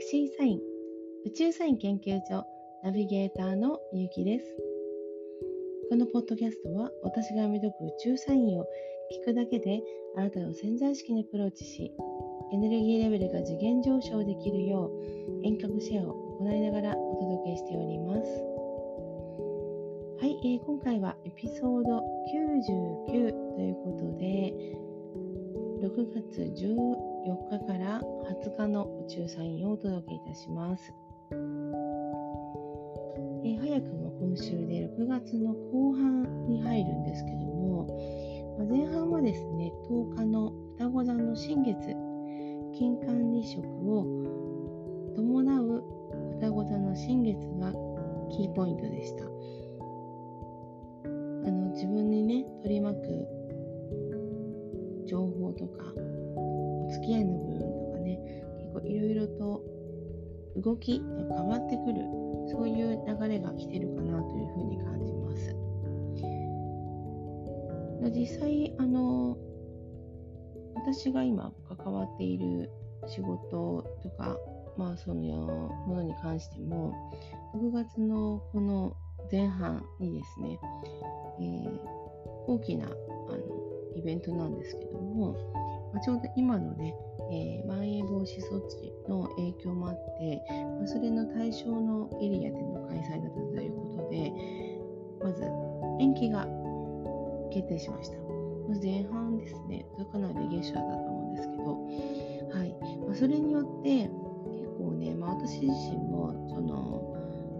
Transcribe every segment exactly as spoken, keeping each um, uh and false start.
シーサイン宇宙サイン研究所ナビゲーターのみゆきです。このポッドキャストは私が読み解く宇宙サインを聞くだけであなたの潜在意識にアプローチし、エネルギーレベルが次元上昇できるよう遠隔シェアを行いながらお届けしております。はい、えー、今回はエピソードきゅうじゅうきゅうということで、ろくがつじゅうよっかからはつかの宇宙サインをお届けいたします。えー、早くも今週でろくがつの後半に入るんですけども、まあ、前半はですね、とおかの双子座の新月金環日食を伴う双子座の新月がキーポイントでした。あの自分にね取り巻く情報とかお付き合いの部分とかね、結構いろいろと動きが変わってくる、そういう流れが来てるかなというふうに感じます。実際あの私が今関わっている仕事とか、まあそのものに関してもろくがつのこの前半にですね、えー、大きなあのイベントなんですけども、まあ、ちょうど今のね、えー、まん延防止措置の影響もあって、まあ、それの対象のエリアでの開催だったということで、まず延期が決定しました。まず前半ですね、かなり月謝だと思うんですけど、はい、まあ、それによって結構ね、まあ、私自身もその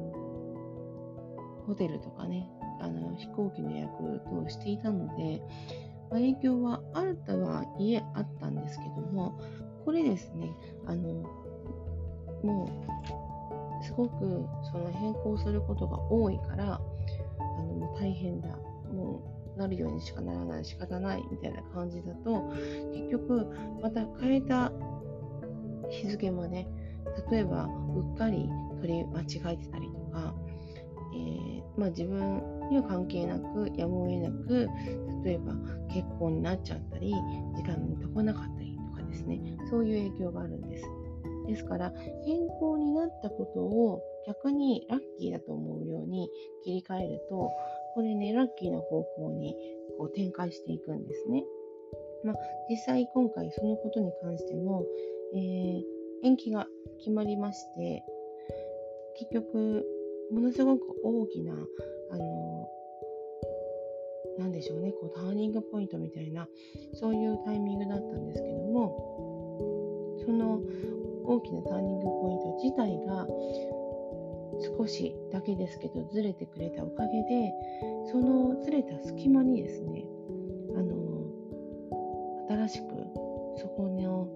ホテルとかね、あの飛行機の予約等していたので、まあ、影響はあるとはいえあったんですけども、これですね、あのもうすごくその変更することが多いから、あのもう大変だ、もうなるようにしかならない、仕方ないみたいな感じだと、結局また変えた日付もね、例えばうっかり取り間違えてたりとか、えーまあ、自分には関係なくやむを得なく、例えば結婚になっちゃったり、時間に飛ばなかったりとかですね、そういう影響があるんです。ですから変更になったことを逆にラッキーだと思うように切り替えると、これね、ラッキーな方向にこう展開していくんですね。まあ、実際今回そのことに関しても、えー、延期が決まりまして、結局ものすごく大きなあのなんでしょうね、こうターニングポイントみたいな、そういうタイミングだったんですけども、その大きなターニングポイント自体が少しだけですけどずれてくれたおかげで、そのずれた隙間にですね、あの新しくそこの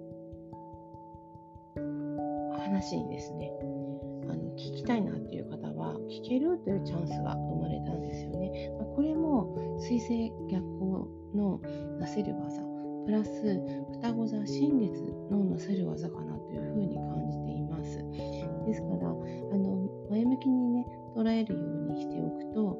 話にですね、あの聞きたいなっていう方は聞けるというチャンスが生まれたんですよね。まあ、これも水星逆行のなせる技プラス双子座新月のなせる技かなというふうに感じています。ですからあの前向きにね捉えるようにしておくと、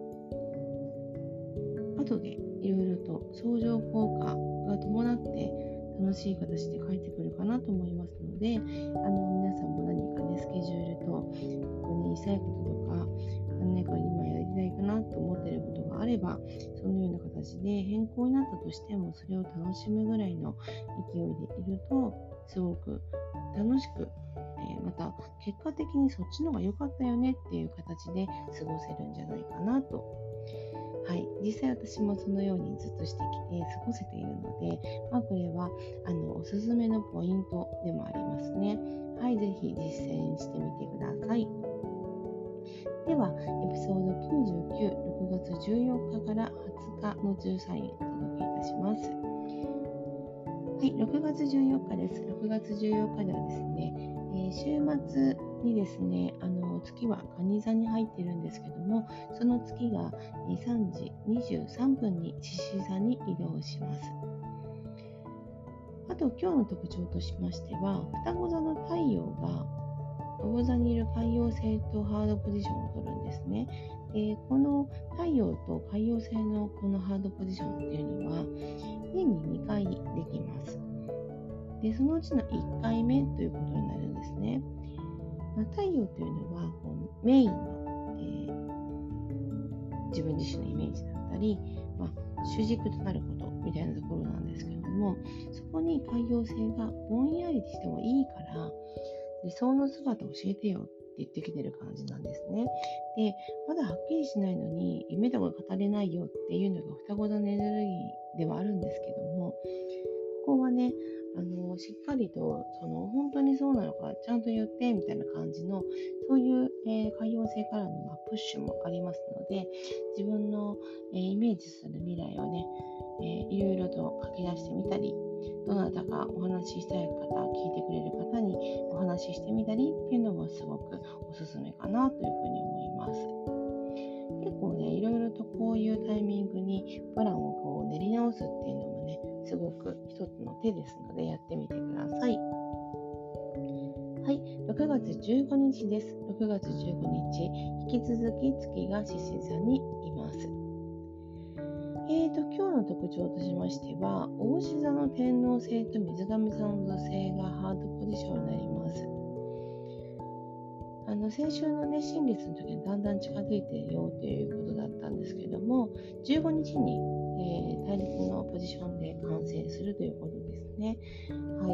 後でいろいろと相乗効果が伴って楽しい形で返ってくるかなと思いますので、あの皆さんも何かねスケジュールと確認したいこととか、何か今やりたいかなと思っていることがあれば、そのような形で変更になったとしてもそれを楽しむぐらいの勢いでいるとすごく楽しく、えー、また結果的にそっちの方が良かったよねっていう形で過ごせるんじゃないかなと。はい、実際私もそのようにずっとしてきて過ごせているので、まあ、これはあのおすすめのポイントでもありますね。はい、ぜひ実践してみてください。では、エピソードきゅうじゅうきゅう、ろくがつじゅうよっかからはつかのじゅうさんいんお届けいたします。はい、ろくがつじゅうよっかです。ろくがつじゅうよっかではですね、えー、週末にですね、あの月は蟹座に入っているんですけども、その月がさんじにじゅうさんぷんに獅子座に移動します。あと今日の特徴としましては、双子座の太陽が双子座にいる海王星とハードポジションを取るんですね。で、この太陽と海王星のこのハードポジションっていうのは年ににかいできます。で、そのうちのいっかいめということになるんですね。 まあ、太陽というのはこうメインの、えー自分自身のイメージだったり、まあ、主軸となることみたいなところなんですけれども、そこに海洋星がぼんやりしてもいいから理想の姿を教えてよって言ってきてる感じなんですね。で、まだはっきりしないのに夢とか語れないよっていうのが双子座のエネルギーではあるんですけども、ここはね、あのしっかりとその本当にそうなのかちゃんと言ってみたいな感じのそういう、えー、海洋星からの、まあ、プッシュもありますので、自分の、えーイメージする未来をね、えーいろいろと書き出してみたり、どなたかお話ししたい方、聞いてくれる方にお話ししてみたりっていうのもすごくおすすめかなというふうに思います。結構ね、いろいろとこういうタイミングにプランをこう練り直すっていうのもね、すごく一つの手ですのでやってみてください。はい、ろくがつじゅうごにちです。ろくがつじゅうごにち、引き続き月が獅子座にいます。えーと、今日の特徴としましては、牡牛座の天王星と水亀座の土星がハードポジションになります。あの先週のね、新月の時にだんだん近づいているよということだったんですけども、じゅうごにちに、えー、対立のポジションで完成するということですね。はい、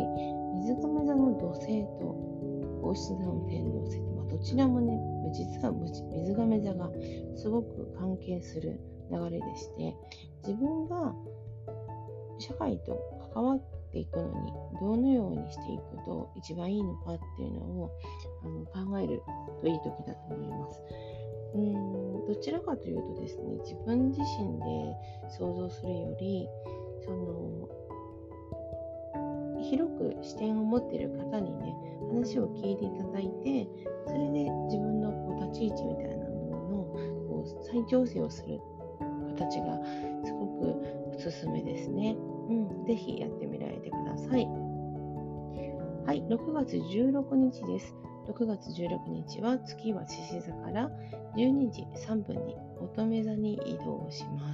水亀座の土星と牡牛座の天王星、まあ、どちらもね、実は水亀座がすごく関係する流れでして、自分が社会と関わっていくのにどのようにしていくと一番いいのかっていうのをあの考えるといい時だと思います。うーんどちらかというとですね、自分自身で想像するより、その広く視点を持っている方にね、話を聞いていただいて、それで自分のこう立ち位置みたいなもののこう再調整をする形がすごくおすすめですね。うん、ぜひやってみられてください。はい、ろくがつじゅうろくにちです。ろくがつじゅうろくにちは月は獅子座からじゅうにじさんぷんに乙女座に移動します。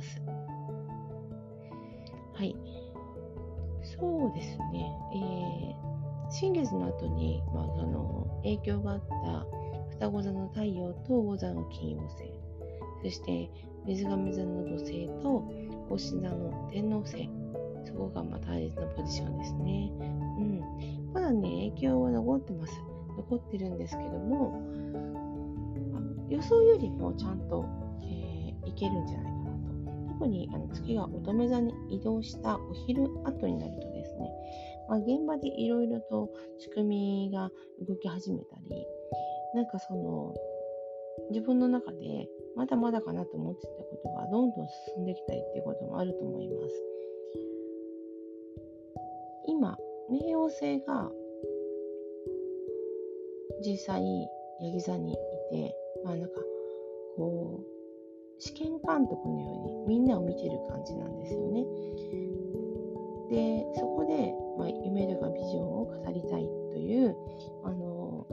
はい、そうですね。えー、新月の後に、まあ、その影響があった双子座の太陽と魚座の金曜星、そして水亀座の土星と牡牛座の天王星、そこがまあ大切なポジションですね。うん、まだね、影響は残ってます。残ってるんですけども、予想よりもちゃんと、えーいけるんじゃないかなと。特にあの月が乙女座に移動したお昼後になるとですね、まあ、現場でいろいろと仕組みが動き始めたり、なんかその自分の中でまだまだかなと思ってたことがどんどん進んできたりっていうこともあると思います。今、冥王星が実際ヤギ座にいて、まあなんかこう試験監督のようにみんなを見てる感じなんですよね。で、そこで、まあ、夢とかビジョンを語りたいというあの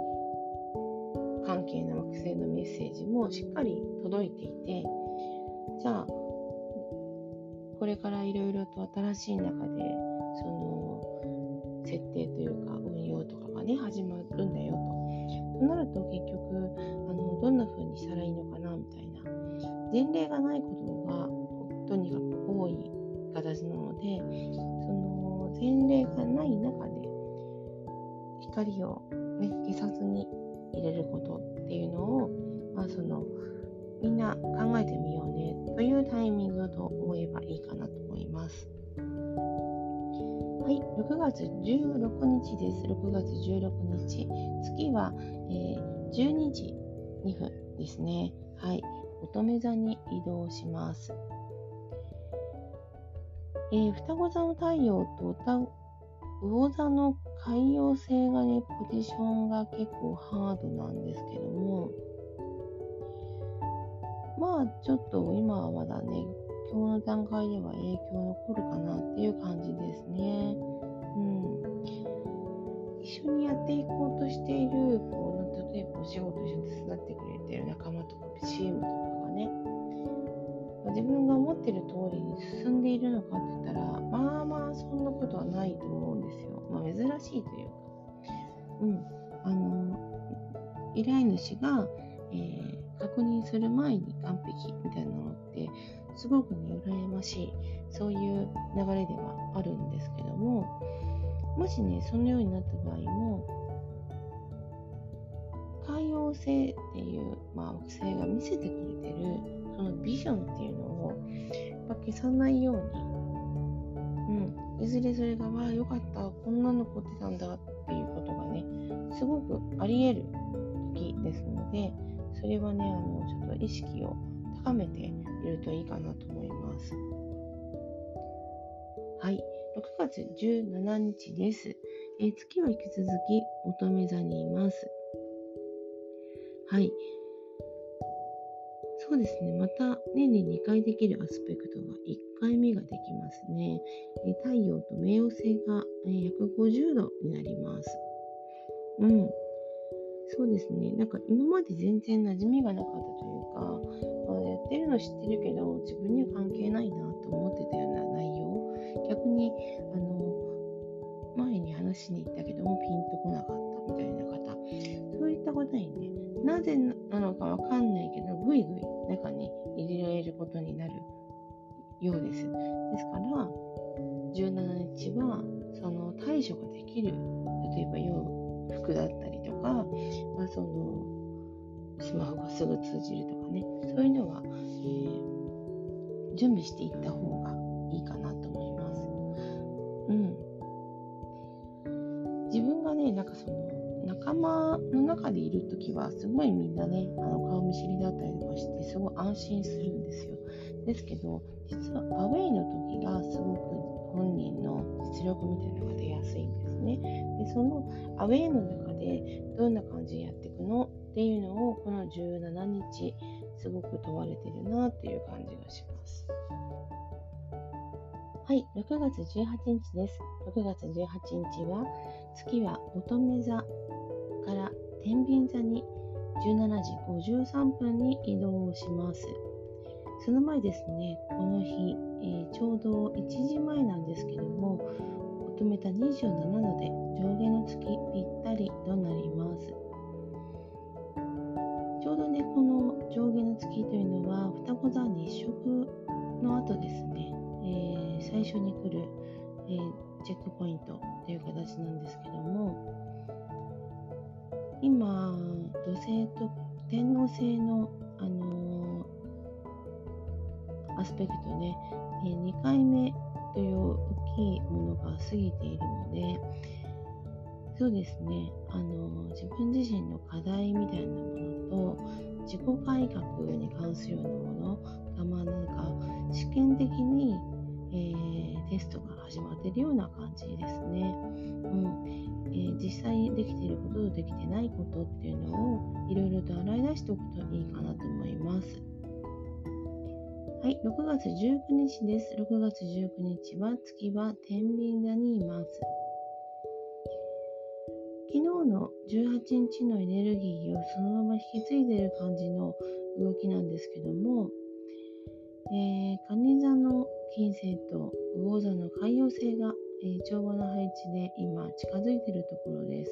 関係の惑星のメッセージもしっかり届いていて、じゃあこれからいろいろと新しい中でその設定というか運用とかがね始まるんだよと。となると結局あのどんな風にしたらいいのかなみたいな前例がないことがとにかく多い形なので、その前例がない中で光を、ね、消さずに入れることっていうのを、まあ、そのみんな考えてみようねというタイミングと思えばいいかなと思います。はい、ろくがつじゅうろくにちです。ろくがつじゅうろくにち、月は、えー、じゅうにじにふんですね。はい、乙女座に移動します。えー、双子座の太陽と魚座の海洋星がね、ポジションが結構ハードなんですけども、まあちょっと今はまだね、今日の段階では影響残るかなっていう感じですね。うん。一緒にやっていこうとしている、こう例えばお仕事一緒に手伝ってくれてる仲間とかチームとかがね、自分が思ってる通りに進んでいるのかって言ったら、まあまあそんなことはないと思うんですよ。まあ珍しいというか。うん。あの、 依頼主が、えー確認する前に完璧みたいなのってすごくね羨ましい、そういう流れではあるんですけども、もしねそのようになった場合も海王星っていう、まあ、惑星が見せてくれてるそのビジョンっていうのをやっぱ消さないように、うん、いずれそれがわあよかったこんなの残ってたんだっていうことがねすごくあり得る時ですので、それはねあのちょっと意識を高めているといいかなと思います。はい、ろくがつじゅうしちにちです。えー月は引き続き乙女座にいます。はい、そうですね。また年ににかいできるアスペクトがいっかいめができますね。えー太陽と冥王星が、えーひゃくごじゅうどになります。うん、そうですね。なんか今まで全然馴染みがなかったというか、まあ、やってるの知ってるけど自分には関係ないなと思ってたような内容、逆にあの前に話しに行ったけどもピンとこなかったみたいな方、そういった方にね、なぜなのかわかんないけどぐいぐい中に入れられることになるようです。ですからじゅうしちにちはその対処ができる、例えば洋服だったりとか、まあ、そのスマホがすぐ通じるとかね、そういうのは、えー準備していった方がいいかなと思います。うん、自分がねなんかその仲間の中でいるときはすごいみんなねあの顔見知りだったりとかしてすごい安心するんですよ。ですけど実はアウェイの時がすごく本人の実力みたいなのが出やすいんですね。でそのアウェイの中でどんな感じでやっていくのっていうのをこのじゅうしちにちすごく問われてるなっていう感じがします。はい、ろくがつじゅうはちにちです。ろくがつじゅうはちにちは月は乙女座から天秤座にじゅうしちじごじゅうさんぷんに移動します。その前ですね、この日、えーちょうどいちじまえなんですけども、乙女座にじゅうななどで上下の月ぴったりとなります。ちょうどね、この上下の月というのは、双子座日食の後ですね、えー最初に来る、えーチェックポイントという形なんですけども、今、土星と天王星の、あのーアスペクトね、えーにかいめという大きいものが過ぎているので、そうですね、あの自分自身の課題みたいなものと自己改革に関するようなものが、まあなんか試験的に、えーテストが始まっているような感じですね。うんえー実際できていることとできてないことっていうのをいろいろと洗い出しておくといいかなと思います。はい、ろくがつじゅうくにちです。ろくがつじゅうくにちは月は天秤座にいます。昨日のじゅうはちにちのエネルギーをそのまま引き継いでいる感じの動きなんですけども、えー、蟹座の金星と魚座の海洋星が、えー調和の配置で今近づいているところです。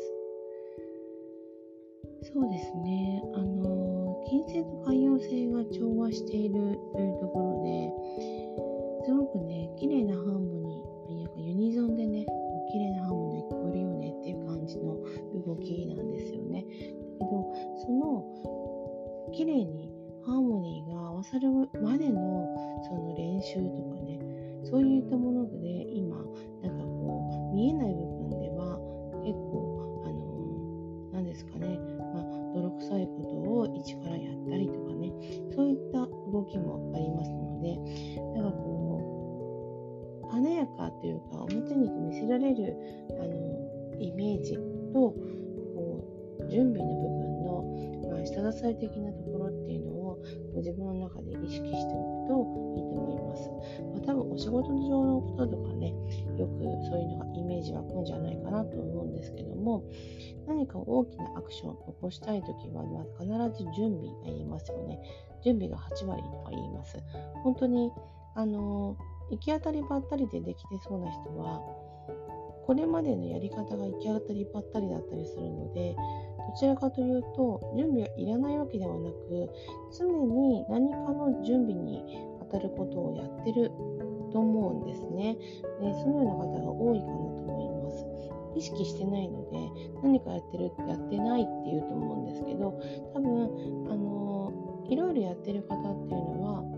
そうですね、あのー金星と海洋星が調和しているというところですごくね綺麗なハーモニー、なんかユニゾンでね綺麗なハーモニーが聞こえるよねっていう感じの動きなんですよね。だけどその綺麗にハーモニーが合わさるまでのその練習とかね、そういったもので今なんかこう見えない部分では結構あの何ですかね、まあ、泥臭いことを一からやったりとかね、そういった動きもありますので、なんかこう華やかというか表に見せられるあのイメージとこう準備の部分の、まあ、下支え的なところっていうのをご自分の中で意識しておくといいと思います。まあ、多分お仕事上のこととかね、よくそういうのがイメージ湧くんじゃないかなと思うんですけども、何か大きなアクションを起こしたいときは、まあ、必ず準備が言いますよね。準備がはちわりとか言います。本当にあの行き当たりばったりでできてそうな人はこれまでのやり方が行き当たりばったりだったりするので、 ちらかというと準備はいらないわけではなく、常に何かの準備に当たることをやってると思うんですね。で、そのような方が多いかなと思います。意識してないので、何かやってる、やってないって言うと思うんですけど、多分、あのいろいろやってる方っていうのは、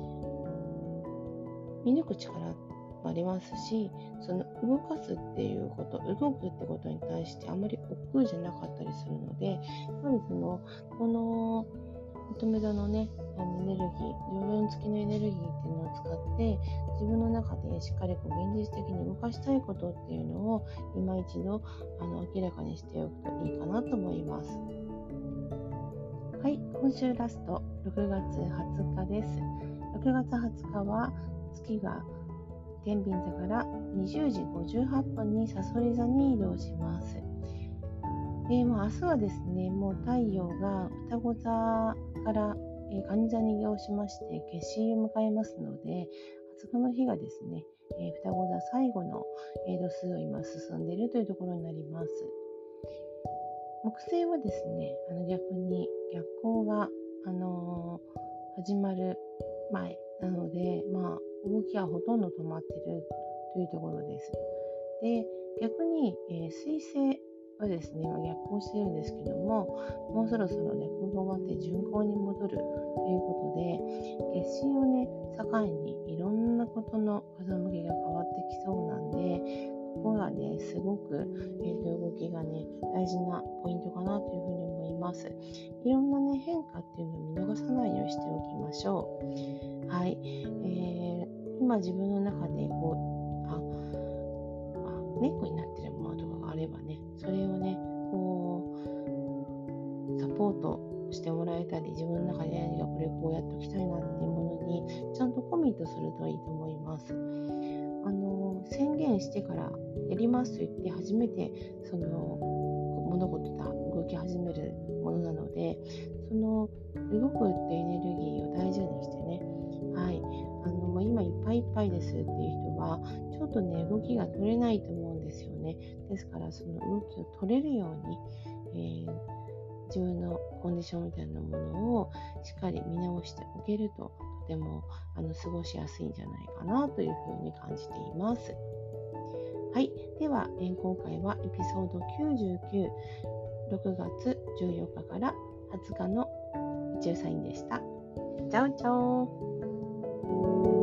見抜く力もありますし、その動かすっていうこと、動くってことに対してあまり億劫じゃなかったりするので、やはりその、この乙女座のね、あのエネルギー、自分付きのエネルギーっていうのを使って、自分の中でしっかりこう現実的に動かしたいことっていうのを今一度あの明らかにしておくといいかなと思います。はい、今週ラストろくがつはつかです。ろくがつはつかは月が天秤座からにじゅうじごじゅうはっぷんに蠍座に移動します。えー、まあ明日はですね、もう太陽が双子座から、えー、蟹座に移動しまして夏至へ向かいますので、はつかの日がですね、えー、双子座最後の、えー、度数を今進んでいるというところになります。木星はですね、あの逆に逆行が、あのー始まる前なので、まあ、動きはほとんど止まっているというところです。で、逆に、えー水星はですね、まあ、逆行しているんですけども、もうそろそろ逆行が終わって順行に戻るということで、月神をね、境にいろんなことの風向きが変わってきそうなんで、ここがね、すごく、えー、と動きがね、大事なポイントかなというふうに思います。いろんなね、変化っていうのを見逃さないようにしておきましょう。はい。えー、今自分の中でこう、あ、まあ、ネックになってるものとかがあればね、それをね、こう、サポートしてもらえたり、自分の中で何かこれこうやっておきたいなっていうものに、ちゃんとコミットするといいと思います。あの宣言してからやりますと言って初めてその物事が動き始めるものなので、その動くってエネルギーを大事にしてね、はい、あのもう今いっぱいいっぱいですっていう人はちょっとね動きが取れないと思うんですよね。ですからその動きを取れるように、えー自分のコンディションみたいなものをしっかり見直しておけると、とてもあの過ごしやすいんじゃないかなというふうに感じています。はい、では、えー今回はエピソードきゅうじゅうきゅう、ろくがつじゅうよっかからはつかの宇宙サインでした。チャオチャオ。